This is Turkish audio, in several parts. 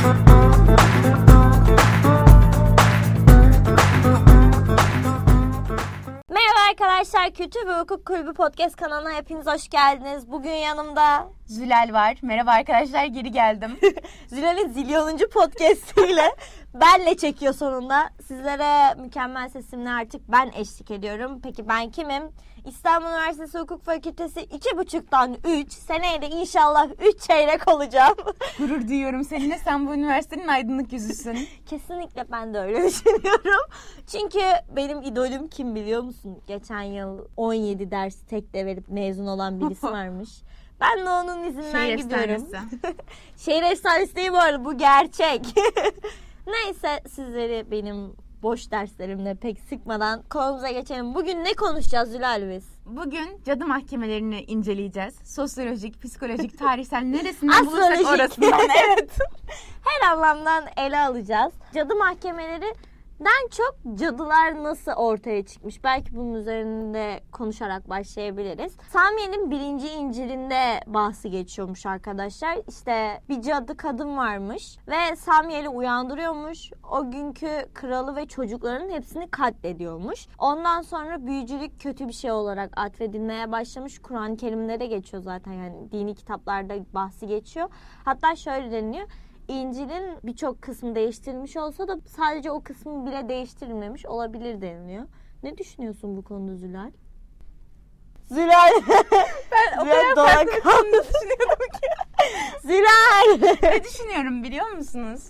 Arkadaşlar, Kültür ve Hukuk Kulübü Podcast kanalına hepiniz hoş geldiniz. Bugün yanımda Zülal var. Merhaba arkadaşlar, geri geldim. Zülal'in zilyonuncu podcast'iyle benle çekiyor sonunda. Sizlere mükemmel sesimle artık ben eşlik ediyorum. Peki ben kimim? İstanbul Üniversitesi Hukuk Fakültesi 2,5'tan 3, seneye de inşallah 3 çeyrek olacağım. Gurur duyuyorum seninle, sen bu üniversitenin aydınlık yüzüsün. Kesinlikle ben de öyle düşünüyorum. Çünkü benim idolüm kim biliyor musun? Geçen yıl 17 dersi tek de verip mezun olan birisi varmış. Ben de onun izinden Şehir gidiyorum. efsanesi. Şehir efsanesi değil bu arada, bu gerçek. Neyse, sizleri benim boş derslerimle pek sıkmadan konumuza geçelim. Bugün ne konuşacağız Zülal biz? Bugün cadı mahkemelerini inceleyeceğiz. Sosyolojik, psikolojik, tarihsel neresinden bulursak Astrolojik. orasından. Evet. Her anlamdan ele alacağız. Cadı mahkemelerinden çok cadılar nasıl ortaya çıkmış? Belki bunun üzerinde konuşarak başlayabiliriz. Samiye'nin 1. İncil'inde bahsi geçiyormuş arkadaşlar. İşte bir cadı kadın varmış ve Samiye'li uyandırıyormuş. O günkü kralı ve çocukların hepsini katlediyormuş. Ondan sonra büyücülük kötü bir şey olarak atfedilmeye başlamış. Kur'an-ı Kerim'de de geçiyor zaten, yani dini kitaplarda bahsi geçiyor. Hatta şöyle deniliyor. İncil'in birçok kısmı değiştirilmiş olsa da sadece o kısmı bile değiştirilmemiş olabilir deniliyor. Ne düşünüyorsun bu konuda Zülal? Zülal! Ben o kadar farklı bir konuda düşünüyordum ki. Zülal! Ne düşünüyorum biliyor musunuz?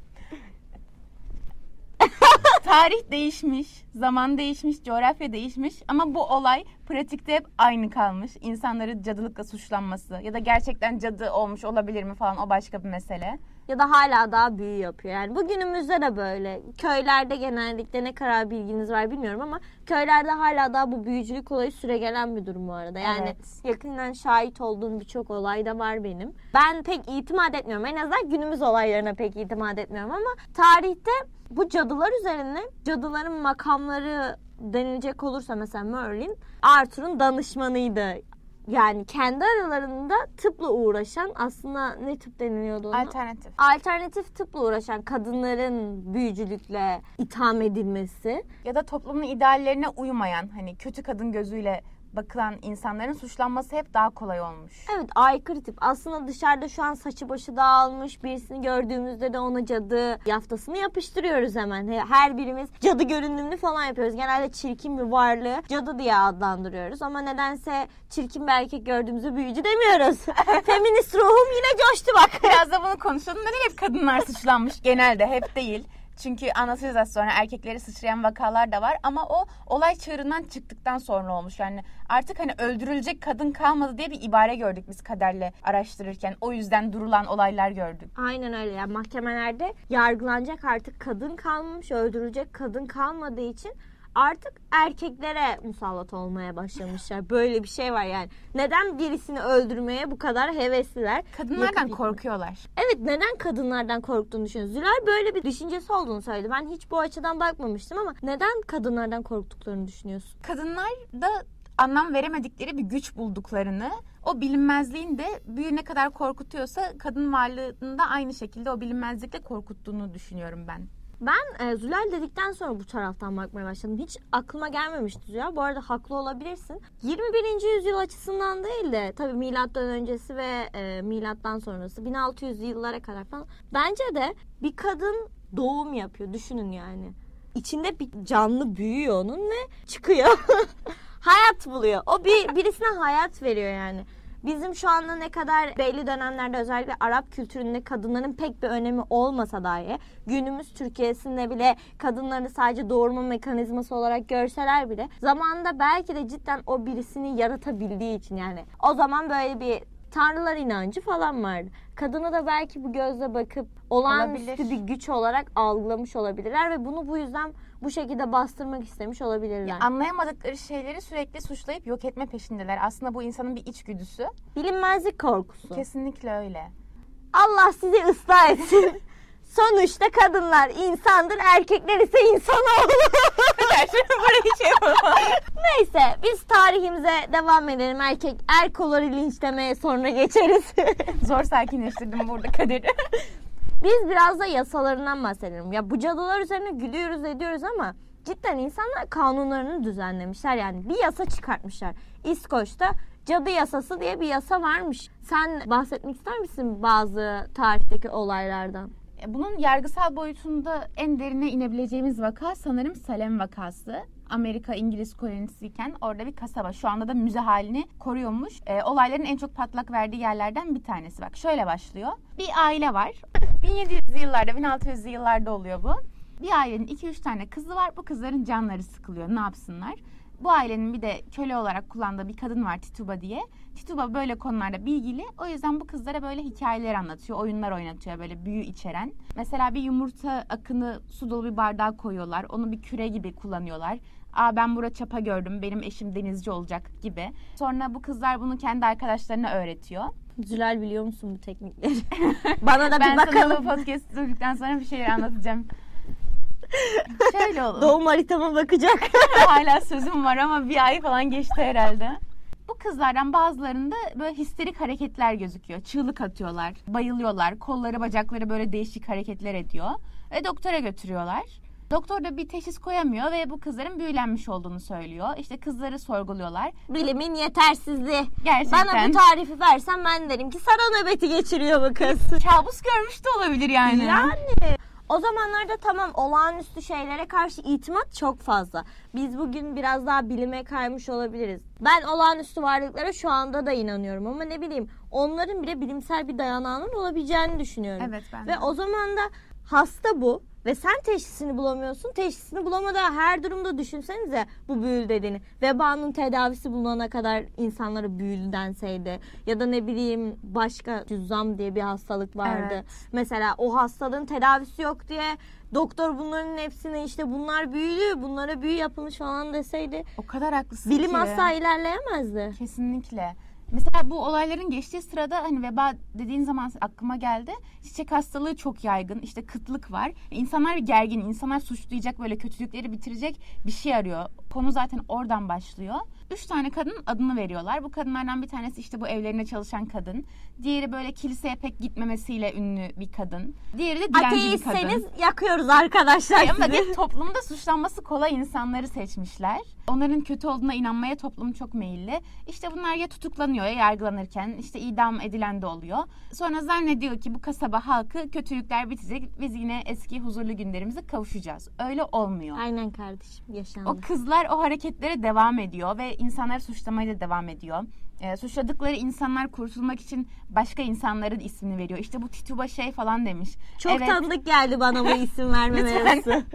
Tarih değişmiş, zaman değişmiş, coğrafya değişmiş ama bu olay pratikte hep aynı kalmış. İnsanları cadılıkla suçlanması ya da gerçekten cadı olmuş olabilir mi falan, o başka bir mesele. Ya da hala daha büyü yapıyor. Yani bugünümüzde de böyle. Köylerde genellikle ne kadar bilginiz var bilmiyorum ama köylerde hala daha bu büyücülük olayı süregelen bir durum bu arada. Yani Evet. yakından şahit olduğum birçok olay da var benim. Ben pek itimat etmiyorum. En azından günümüz olaylarına pek itimat etmiyorum ama tarihte bu cadılar üzerine, cadıların makamları denilecek olursa mesela Merlin, Arthur'un danışmanıydı. Yani kendi aralarında tıpla uğraşan, aslında ne tıp deniliyordu ona? Alternatif tıpla uğraşan kadınların büyücülükle itham edilmesi. Ya da toplumun ideallerine uymayan, hani kötü kadın gözüyle bakılan insanların suçlanması hep daha kolay olmuş. Evet, aykırı tip. Aslında dışarıda şu an saçı başı dağılmış birisini gördüğümüzde de ona cadı yaftasını yapıştırıyoruz hemen. Her birimiz cadı görünümlü falan yapıyoruz. Genelde çirkin bir varlığı cadı diye adlandırıyoruz. Ama nedense çirkin bir erkek gördüğümüzde büyücü demiyoruz. Feminist ruhum yine coştu bak. Biraz da bunu konuşalım. Neden hep kadınlar suçlanmış? Genelde, hep değil. Çünkü anlatacağız az sonra, erkekleri sıçrayan vakalar da var ama o olay çığırından çıktıktan sonra olmuş. Yani artık hani öldürülecek kadın kalmadı diye bir ibare gördük biz Kader'le araştırırken. O yüzden durulan olaylar gördük. Aynen öyle. Yani mahkemelerde yargılanacak artık kadın kalmamış, öldürülecek kadın kalmadığı için artık erkeklere musallat olmaya başlamışlar. Böyle bir şey var yani. Neden birisini öldürmeye bu kadar hevesliler? Kadınlardan korkuyorlar. Evet, neden kadınlardan korktuğunu düşünüyorsun? Zülal böyle bir düşüncesi olduğunu söyledi. Ben hiç bu açıdan bakmamıştım ama neden kadınlardan korktuklarını düşünüyorsun? Kadınlar da anlam veremedikleri bir güç bulduklarını, o bilinmezliğin de büyü ne kadar korkutuyorsa kadın varlığını da aynı şekilde o bilinmezlikle korkuttuğunu düşünüyorum ben. Ben Zülal dedikten sonra bu taraftan bakmaya başladım. Hiç aklıma gelmemişti Zülal. Bu arada haklı olabilirsin. 21. yüzyıl açısından değil de tabii milattan öncesi ve milattan sonrası 1600'lü yıllara kadar falan. Bence de bir kadın doğum yapıyor. Düşünün yani. İçinde bir canlı büyüyor onun ve çıkıyor. Hayat buluyor. O birisine hayat veriyor yani. Bizim şu anda ne kadar belli dönemlerde özellikle Arap kültüründe kadınların pek bir önemi olmasa dahi günümüz Türkiye'sinde bile kadınları sadece doğurma mekanizması olarak görseler bile zamanında belki de cidden o birisini yaratabildiği için, yani o zaman böyle bir tanrılar inancı falan vardı. Kadına da belki bu gözle bakıp olağanüstü bir güç olarak algılamış olabilirler ve bunu bu yüzden bu şekilde bastırmak istemiş olabilirler. Ya, anlayamadıkları şeyleri sürekli suçlayıp yok etme peşindeler. Aslında bu insanın bir içgüdüsü. Bilinmezlik korkusu. Kesinlikle öyle. Allah sizi ıslah etsin. Sonuçta kadınlar insandır, erkekler ise insanoğlu. Burayı şey yapalım. Neyse, biz tarihimize devam edelim. Erkoları linçlemeye sonra geçeriz. Zor sakinleştirdim burada Kader'i. Biz biraz da yasalarından bahsedelim. Ya bu cadılar üzerine gülüyoruz ediyoruz ama cidden insanlar kanunlarını düzenlemişler. Yani bir yasa çıkartmışlar. İskoç'ta cadı yasası diye bir yasa varmış. Sen bahsetmek ister misin bazı tarihteki olaylardan? Bunun yargısal boyutunda en derine inebileceğimiz vaka sanırım Salem vakası. Amerika İngiliz kolonisiyken orada bir kasaba. Şu anda da müze halini koruyormuş. Olayların en çok patlak verdiği yerlerden bir tanesi. Bak şöyle başlıyor. Bir aile var. 1700'lü yıllarda, 1600'lü yıllarda oluyor bu. Bir ailenin 2-3 tane kızı var. Bu kızların canları sıkılıyor. Ne yapsınlar? Bu ailenin bir de köle olarak kullandığı bir kadın var, Tituba diye. Tituba böyle konularda bilgili. O yüzden bu kızlara böyle hikayeler anlatıyor, oyunlar oynatıyor böyle büyü içeren. Mesela bir yumurta akını su dolu bir bardağa koyuyorlar. Onu bir küre gibi kullanıyorlar. Ben burada çapa gördüm, benim eşim denizci olacak gibi. Sonra bu kızlar bunu kendi arkadaşlarına öğretiyor. Zülal biliyor musun bu teknikleri? Bana da bir Ben bakalım. sana bu podcast durduktan sonra bir şeyler anlatacağım. Şöyle olur. Doğum haritama bakacak. Hala sözüm var ama bir ay falan geçti herhalde. Bu kızlardan bazılarında böyle histerik hareketler gözüküyor. Çığlık atıyorlar, bayılıyorlar, kolları bacakları böyle değişik hareketler ediyor. Ve doktora götürüyorlar. Doktor da bir teşhis koyamıyor ve bu kızların büyülenmiş olduğunu söylüyor. İşte kızları sorguluyorlar. Bilimin yetersizliği. Gerçekten. Bana bu tarifi versen ben derim ki sana nöbeti geçiriyor bu kız. Kabus görmüş de olabilir yani. O zamanlarda tamam olağanüstü şeylere karşı itimat çok fazla. Biz bugün biraz daha bilime kaymış olabiliriz. Ben olağanüstü varlıklara şu anda da inanıyorum ama ne bileyim onların bile bilimsel bir dayanağının olabileceğini düşünüyorum. Evet, ben de. Ve o zaman da hasta bu ve sen teşhisini bulamıyorsun. Teşhisini bulamadığı her durumda düşünsenize bu büyül dediğini. Vebanın tedavisi bulunana kadar insanlara büyülü denseydi ya da ne bileyim başka cüzzam diye bir hastalık vardı. Evet. Mesela o hastalığın tedavisi yok diye doktor bunların hepsine işte bunlar büyülü, bunlara büyü yapılmış falan deseydi O kadar haklısın bilim ki. asla ilerleyemezdi. Kesinlikle. Mesela bu olayların geçtiği sırada hani veba dediğin zaman aklıma geldi. Çiçek hastalığı çok yaygın. İşte kıtlık var. İnsanlar bir gergin. İnsanlar suçlayacak böyle kötülükleri bitirecek bir şey arıyor. Konu zaten oradan başlıyor. 3 tane kadının adını veriyorlar. Bu kadınlardan bir tanesi işte bu evlerinde çalışan kadın. Diğeri böyle kiliseye pek gitmemesiyle ünlü bir kadın. Diğeri de dilenci bir kadın. Ateistseniz yakıyoruz arkadaşlar Ama sizi. toplumda suçlanması kolay insanları seçmişler. Onların kötü olduğuna inanmaya toplum çok meyilli. İşte bunlar ya tutuklanıyor ya yargılanırken işte idam edilen de oluyor. Sonra zannediyor ki bu kasaba halkı kötülükler bitecek. Biz yine eski huzurlu günlerimize kavuşacağız. Öyle olmuyor. Aynen kardeşim yaşandı. O kızlar o hareketlere devam ediyor ve insanları suçlamaya da devam ediyor. Suçladıkları insanlar kurtulmak için başka insanların ismini veriyor. İşte bu Tituba şey falan demiş. Çok tanıdık geldi bana bu isim verme mevzusu.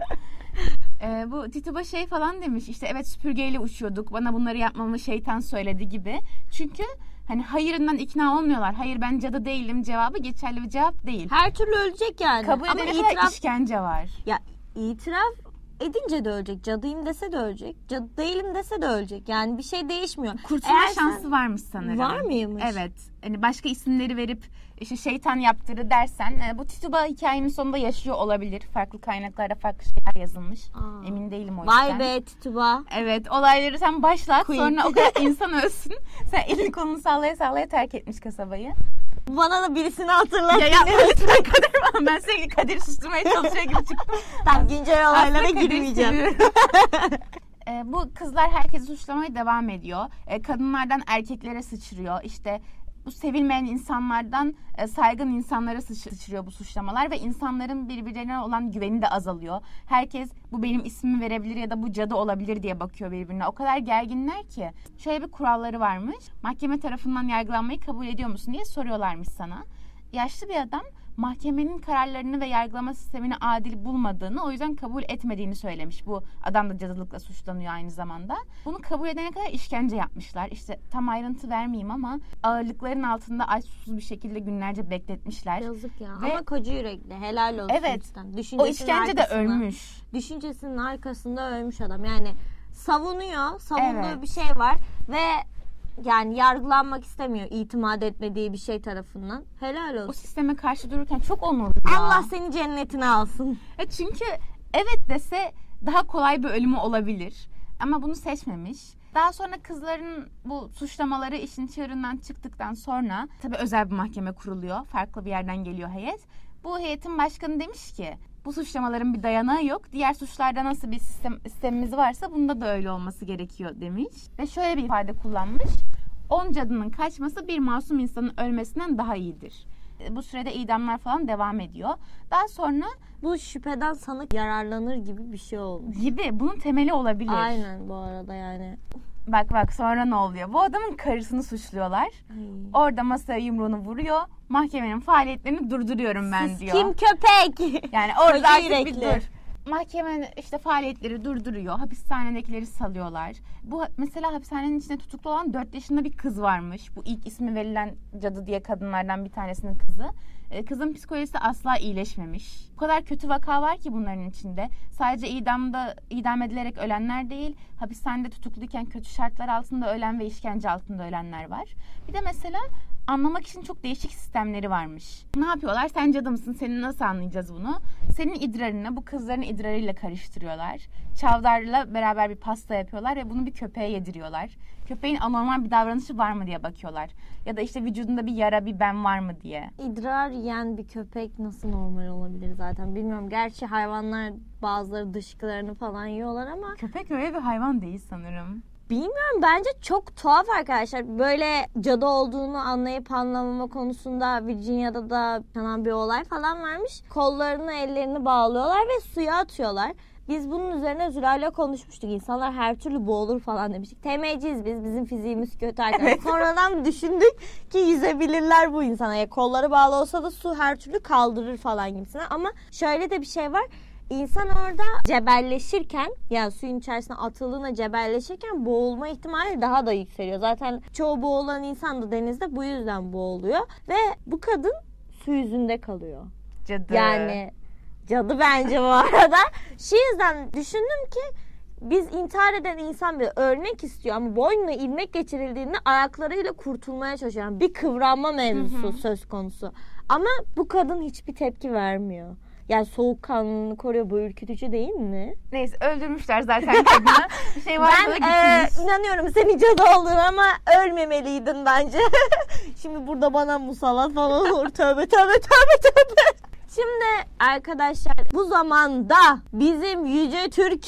Bu Tituba şey falan demiş. İşte evet süpürgeyle uçuyorduk. Bana bunları yapmamı şeytan söyledi gibi. Çünkü hani hayırından ikna olmuyorlar. Hayır ben cadı değilim cevabı geçerli bir cevap değil. Her türlü ölecek yani. Kabul Ama edene kadar işkence var. Ya itiraf edince de ölecek. Cadıyım dese de ölecek. Cadı değilim dese de ölecek. Yani bir şey değişmiyor. Kurtulma şansı varmış sanırım. Var mıymış? Evet. Hani başka isimleri verip işte şeytan yaptırı dersen bu Tituba hikayenin sonunda yaşıyor olabilir. Farklı kaynaklarda farklı şeyler yazılmış. Emin değilim o yüzden. Vay be Tituba. Evet olayları sen başlat Queen. sonra o kadar insan ölsün. Sen elini kolunu sallaya sallaya terk etmiş kasabayı. Bana da birisini hatırlat. Ya yapma lütfen Kadir bana. Ben sürekli Kadir'i susturmaya çalışıyor gibi çıktım. Ben güncel olaylara Aslında Kadir'i girmeyeceğim. seviyorum. Bu kızlar herkesi suçlamaya devam ediyor. Kadınlardan erkeklere sıçrıyor. İşte bu sevilmeyen insanlardan saygın insanlara sıçrıyor bu suçlamalar ve insanların birbirlerine olan güveni de azalıyor. Herkes bu benim ismimi verebilir ya da bu cadı olabilir diye bakıyor birbirine. O kadar gerginler ki. Şöyle bir kuralları varmış. Mahkeme tarafından yargılanmayı kabul ediyor musun diye soruyorlarmış sana. Yaşlı bir adam mahkemenin kararlarını ve yargılama sistemini adil bulmadığını, o yüzden kabul etmediğini söylemiş. Bu adam da cadılıkla suçlanıyor aynı zamanda. Bunu kabul edene kadar işkence yapmışlar. İşte tam ayrıntı vermeyeyim ama ağırlıkların altında aç susuz bir şekilde günlerce bekletmişler. Yazık ya. Ve ama koca yürekli. Helal olsun. Evet. Düşüncesinin o işkence de ölmüş. Düşüncesinin arkasında ölmüş adam. Yani savunduğu Evet. bir şey var ve yani yargılanmak istemiyor itimat etmediği bir şey tarafından. Helal olsun. O sisteme karşı dururken çok onurlu ya. Allah seni cennetine alsın. Çünkü evet dese daha kolay bir ölümü olabilir. Ama bunu seçmemiş. Daha sonra kızların bu suçlamaları işin çığırından çıktıktan sonra tabii özel bir mahkeme kuruluyor. Farklı bir yerden geliyor heyet. Bu heyetin başkanı demiş ki bu suçlamaların bir dayanağı yok. Diğer suçlarda nasıl bir sistemimiz varsa bunda da öyle olması gerekiyor demiş. Ve şöyle bir ifade kullanmış. 10 cadının kaçması bir masum insanın ölmesinden daha iyidir. Bu sürede idamlar falan devam ediyor. Daha sonra bu şüpheden sanık yararlanır gibi bir şey olmuş. Gibi. Bunun temeli olabilir. Aynen bu arada yani. Bak sonra ne oluyor? Bu adamın karısını suçluyorlar. Orada masaya yumruğunu vuruyor. Mahkemenin faaliyetlerini durduruyorum ben Siz diyor. kim köpek? Yani orada artık yürekli. bir dur. Mahkemenin işte faaliyetleri durduruyor. Hapishanedekileri salıyorlar. Bu mesela hapishanenin içinde tutuklu olan 4 yaşında bir kız varmış. Bu ilk ismi verilen cadı diye kadınlardan bir tanesinin kızı. Kızın psikolojisi asla iyileşmemiş. Bu kadar kötü vaka var ki bunların içinde. Sadece idam edilerek ölenler değil, hapishanede tutukluyken kötü şartlar altında ölen ve işkence altında ölenler var. Bir de mesela anlamak için çok değişik sistemleri varmış. Ne yapıyorlar? Sen cadı mısın? Seni nasıl anlayacağız bunu? Senin idrarını bu kızların idrarıyla karıştırıyorlar. Çavdarla beraber bir pasta yapıyorlar ve bunu bir köpeğe yediriyorlar. Köpeğin anormal bir davranışı var mı diye bakıyorlar. Ya da işte vücudunda bir yara, bir ben var mı diye. İdrar yiyen bir köpek nasıl normal olabilir zaten bilmiyorum. Gerçi hayvanlar bazıları dışkılarını falan yiyorlar ama. Köpek öyle bir hayvan değil sanırım. Bilmiyorum, bence çok tuhaf arkadaşlar. Böyle cadı olduğunu anlayıp anlamama konusunda Virginia'da da yaşanan bir olay falan varmış. Kollarını ellerini bağlıyorlar ve suya atıyorlar. Biz bunun üzerine Zülal'le konuşmuştuk. İnsanlar her türlü boğulur falan demiştik. TM'ciyiz biz. Bizim fiziğimiz kötü arkadaşlar. Evet. Sonradan düşündük ki yüzebilirler bu insana. Ya kolları bağlı olsa da su her türlü kaldırır falan gibisine. Ama şöyle de bir şey var. İnsan orada cebelleşirken, yani suyun içerisine atıldığında cebelleşirken boğulma ihtimali daha da yükseliyor. Zaten çoğu boğulan insan da denizde bu yüzden boğuluyor. Ve bu kadın su yüzünde kalıyor. Cadı. Yani cadı bence bu arada. Şu yüzden düşündüm ki biz intihar eden insan bile ölmek istiyor ama boynuna ilmek geçirildiğinde ayaklarıyla kurtulmaya çalışıyor. Yani bir kıvranma mevzusu söz konusu. Ama bu kadın hiçbir tepki vermiyor. Yani soğukkanlılığını koruyor. Bu ürkütücü değil mi? Neyse, öldürmüşler zaten kadını. Bir şey var ben inanıyorum senin cadı olduğunu ama ölmemeliydin bence. Şimdi burada bana musallat falan olur. Tövbe. Şimdi arkadaşlar bu zamanda bizim yüce Türk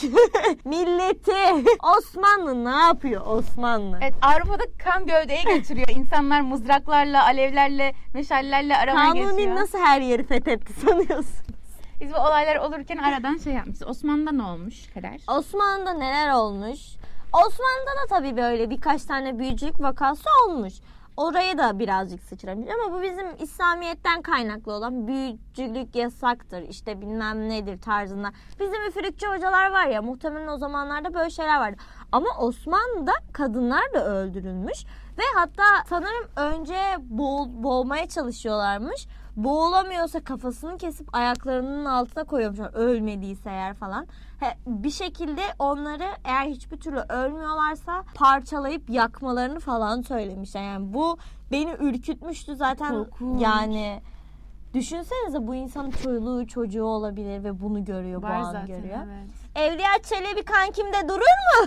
milleti Osmanlı ne yapıyor Osmanlı? Evet, Avrupa'da kan gövdeye getiriyor. İnsanlar mızraklarla, alevlerle, meşallerle aramaya geçiyor. Kanuni nasıl her yeri fethetti sanıyorsun? Biz bu olaylar olurken aradan şey yapmışız. Osmanlı'da ne olmuş Kader? Osmanlı'da neler olmuş? Osmanlı'da da tabii böyle birkaç tane büyücülük vakası olmuş. Orayı da birazcık sıçramış ama bu bizim İslamiyet'ten kaynaklı olan büyücülük yasaktır işte bilmem nedir tarzında. Bizim üfürükçü hocalar var ya, muhtemelen o zamanlarda böyle şeyler vardı. Ama Osmanlı'da kadınlar da öldürülmüş ve hatta sanırım önce boğmaya çalışıyorlarmış. Boğulamıyorsa kafasını kesip ayaklarının altına koyuyormuşlar, ölmediyse eğer falan. Bir şekilde onları eğer hiçbir türlü ölmüyorlarsa parçalayıp yakmalarını falan söylemişler. Yani bu beni ürkütmüştü zaten. Korkunç. Yani düşünsenize, bu insanın çocuğu olabilir ve bunu görüyor, var bu an zaten, görüyor. Evet. Evliya Çelebi kankimde durur mu?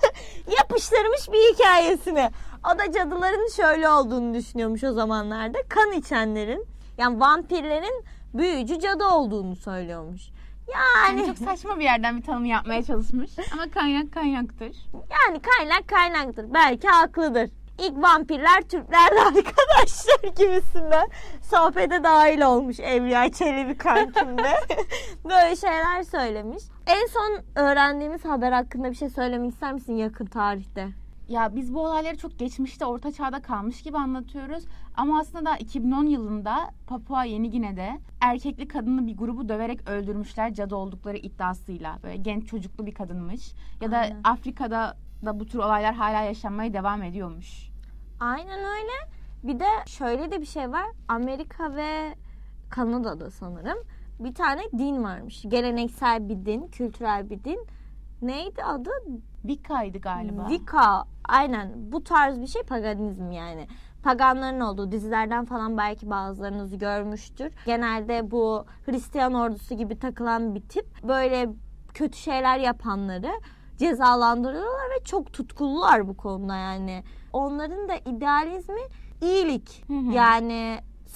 Yapıştırmış bir hikayesini. O da cadıların şöyle olduğunu düşünüyormuş o zamanlarda. Kan içenlerin, yani vampirlerin büyücü cadı olduğunu söylüyormuş. Yani çok saçma bir yerden bir tanım yapmaya çalışmış. Ama kaynaktır. Yani kaynaktır. Belki haklıdır. İlk vampirler Türklerdi arkadaşlar gibisinden sohbete dahil olmuş Evliya Çelebi kankimde. Böyle şeyler söylemiş. En son öğrendiğimiz haber hakkında bir şey söylemek ister misin yakın tarihte? Ya biz bu olayları çok geçmişte, orta çağda kalmış gibi anlatıyoruz. Ama aslında daha 2010 yılında Papua Yeni Gine'de erkekli kadınlı bir grubu döverek öldürmüşler cadı oldukları iddiasıyla. Böyle genç çocuklu bir kadınmış. Ya da Aynen. Afrika'da da bu tür olaylar hala yaşanmaya devam ediyormuş. Aynen öyle. Bir de şöyle de bir şey var. Amerika ve Kanada'da sanırım bir tane din varmış. Geleneksel bir din, kültürel bir din. Neydi adı? Wicca'ydı galiba. Wicca. Aynen. Bu tarz bir şey paganizm yani. Paganların olduğu dizilerden falan belki bazılarınız görmüştür. Genelde bu Hristiyan ordusu gibi takılan bir tip. Böyle kötü şeyler yapanları cezalandırıyorlar ve çok tutkulular bu konuda yani. Onların da idealizmi iyilik. Yani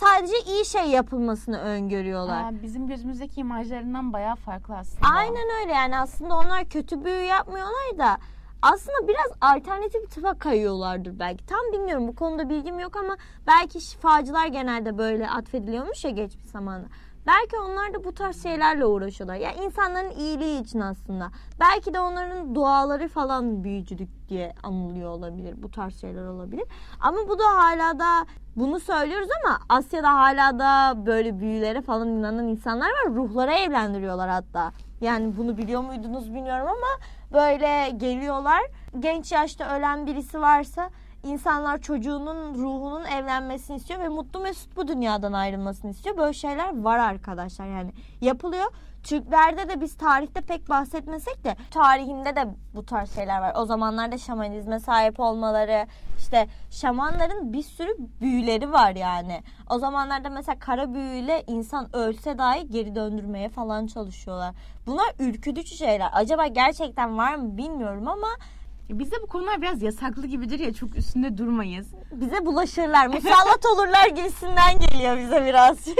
sadece iyi şey yapılmasını öngörüyorlar. Bizim gözümüzdeki imajlarından bayağı farklı aslında. Aynen öyle, yani aslında onlar kötü büyü yapmıyorlar da aslında biraz alternatif tıpa kayıyorlardır belki. Tam bilmiyorum, bu konuda bilgim yok ama belki şifacılar genelde böyle atfediliyormuş ya geçmiş zamanda. Belki onlar da bu tarz şeylerle uğraşıyorlar. Ya insanların iyiliği için aslında. Belki de onların duaları falan büyücülük diye anılıyor olabilir. Bu tarz şeyler olabilir. Ama bu da hala da, bunu söylüyoruz ama Asya'da hala da böyle büyülere falan inanan insanlar var. Ruhlara evlendiriyorlar hatta. Yani bunu biliyor muydunuz bilmiyorum ama böyle geliyorlar. Genç yaşta ölen birisi varsa İnsanlar çocuğunun ruhunun evlenmesini istiyor ve mutlu mesut bu dünyadan ayrılmasını istiyor. Böyle şeyler var arkadaşlar, yani yapılıyor. Türklerde de biz tarihte pek bahsetmesek de tarihinde de bu tarz şeyler var. O zamanlarda şamanizme sahip olmaları, işte şamanların bir sürü büyüleri var yani. O zamanlarda mesela kara büyüyle insan ölse dahi geri döndürmeye falan çalışıyorlar. Bunlar ürkütücü şeyler. Acaba gerçekten var mı bilmiyorum ama bizde bu konular biraz yasaklı gibidir ya, çok üstünde durmayız. Bize bulaşırlar, musallat olurlar gibisinden geliyor bize birazcık.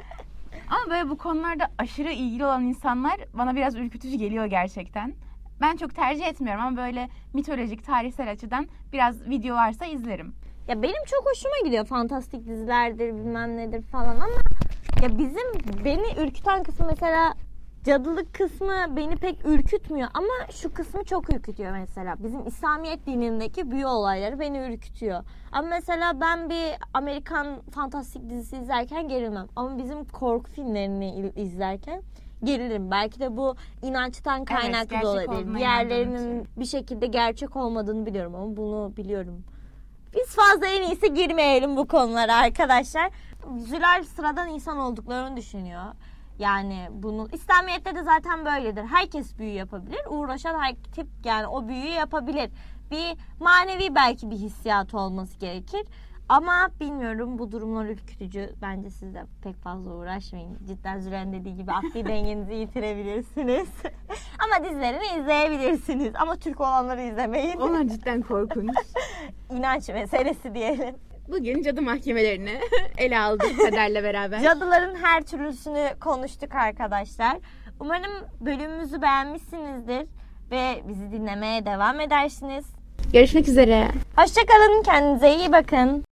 Ama böyle bu konularda aşırı ilgili olan insanlar bana biraz ürkütücü geliyor gerçekten. Ben çok tercih etmiyorum ama böyle mitolojik, tarihsel açıdan biraz video varsa izlerim. Ya benim çok hoşuma gidiyor fantastik dizilerdir, bilmem nedir falan ama ya beni ürküten kısmı mesela cadılık kısmı beni pek ürkütmüyor ama şu kısmı çok ürkütüyor mesela. Bizim İslamiyet dinindeki büyü olayları beni ürkütüyor. Ama mesela ben bir Amerikan fantastik dizisi izlerken gerilmem. Ama bizim korku filmlerini izlerken gerilirim. Belki de bu inançtan kaynaklı da olabilir. Diğerlerinin bir şekilde gerçek olmadığını biliyorum ama bunu biliyorum. Biz fazla en iyisi girmeyelim bu konulara arkadaşlar. Zülal sıradan insan olduklarını düşünüyor. Yani bunu İslamiyet'te de zaten böyledir. Herkes büyü yapabilir. Uğraşan her tip yani o büyüyü yapabilir. Bir manevi belki bir hissiyat olması gerekir. Ama bilmiyorum, bu durumlar ürkütücü. Bence siz de pek fazla uğraşmayın. Cidden Züren dediği gibi akli dengenizi yitirebilirsiniz. Ama dizilerini izleyebilirsiniz. Ama Türk olanları izlemeyin. Onlar cidden korkunç. İnanç meselesi diyelim. Bugün cadı mahkemelerini ele aldık Kader'le beraber. Cadıların her türlüsünü konuştuk arkadaşlar. Umarım bölümümüzü beğenmişsinizdir ve bizi dinlemeye devam edersiniz. Görüşmek üzere. Hoşça kalın, kendinize iyi bakın.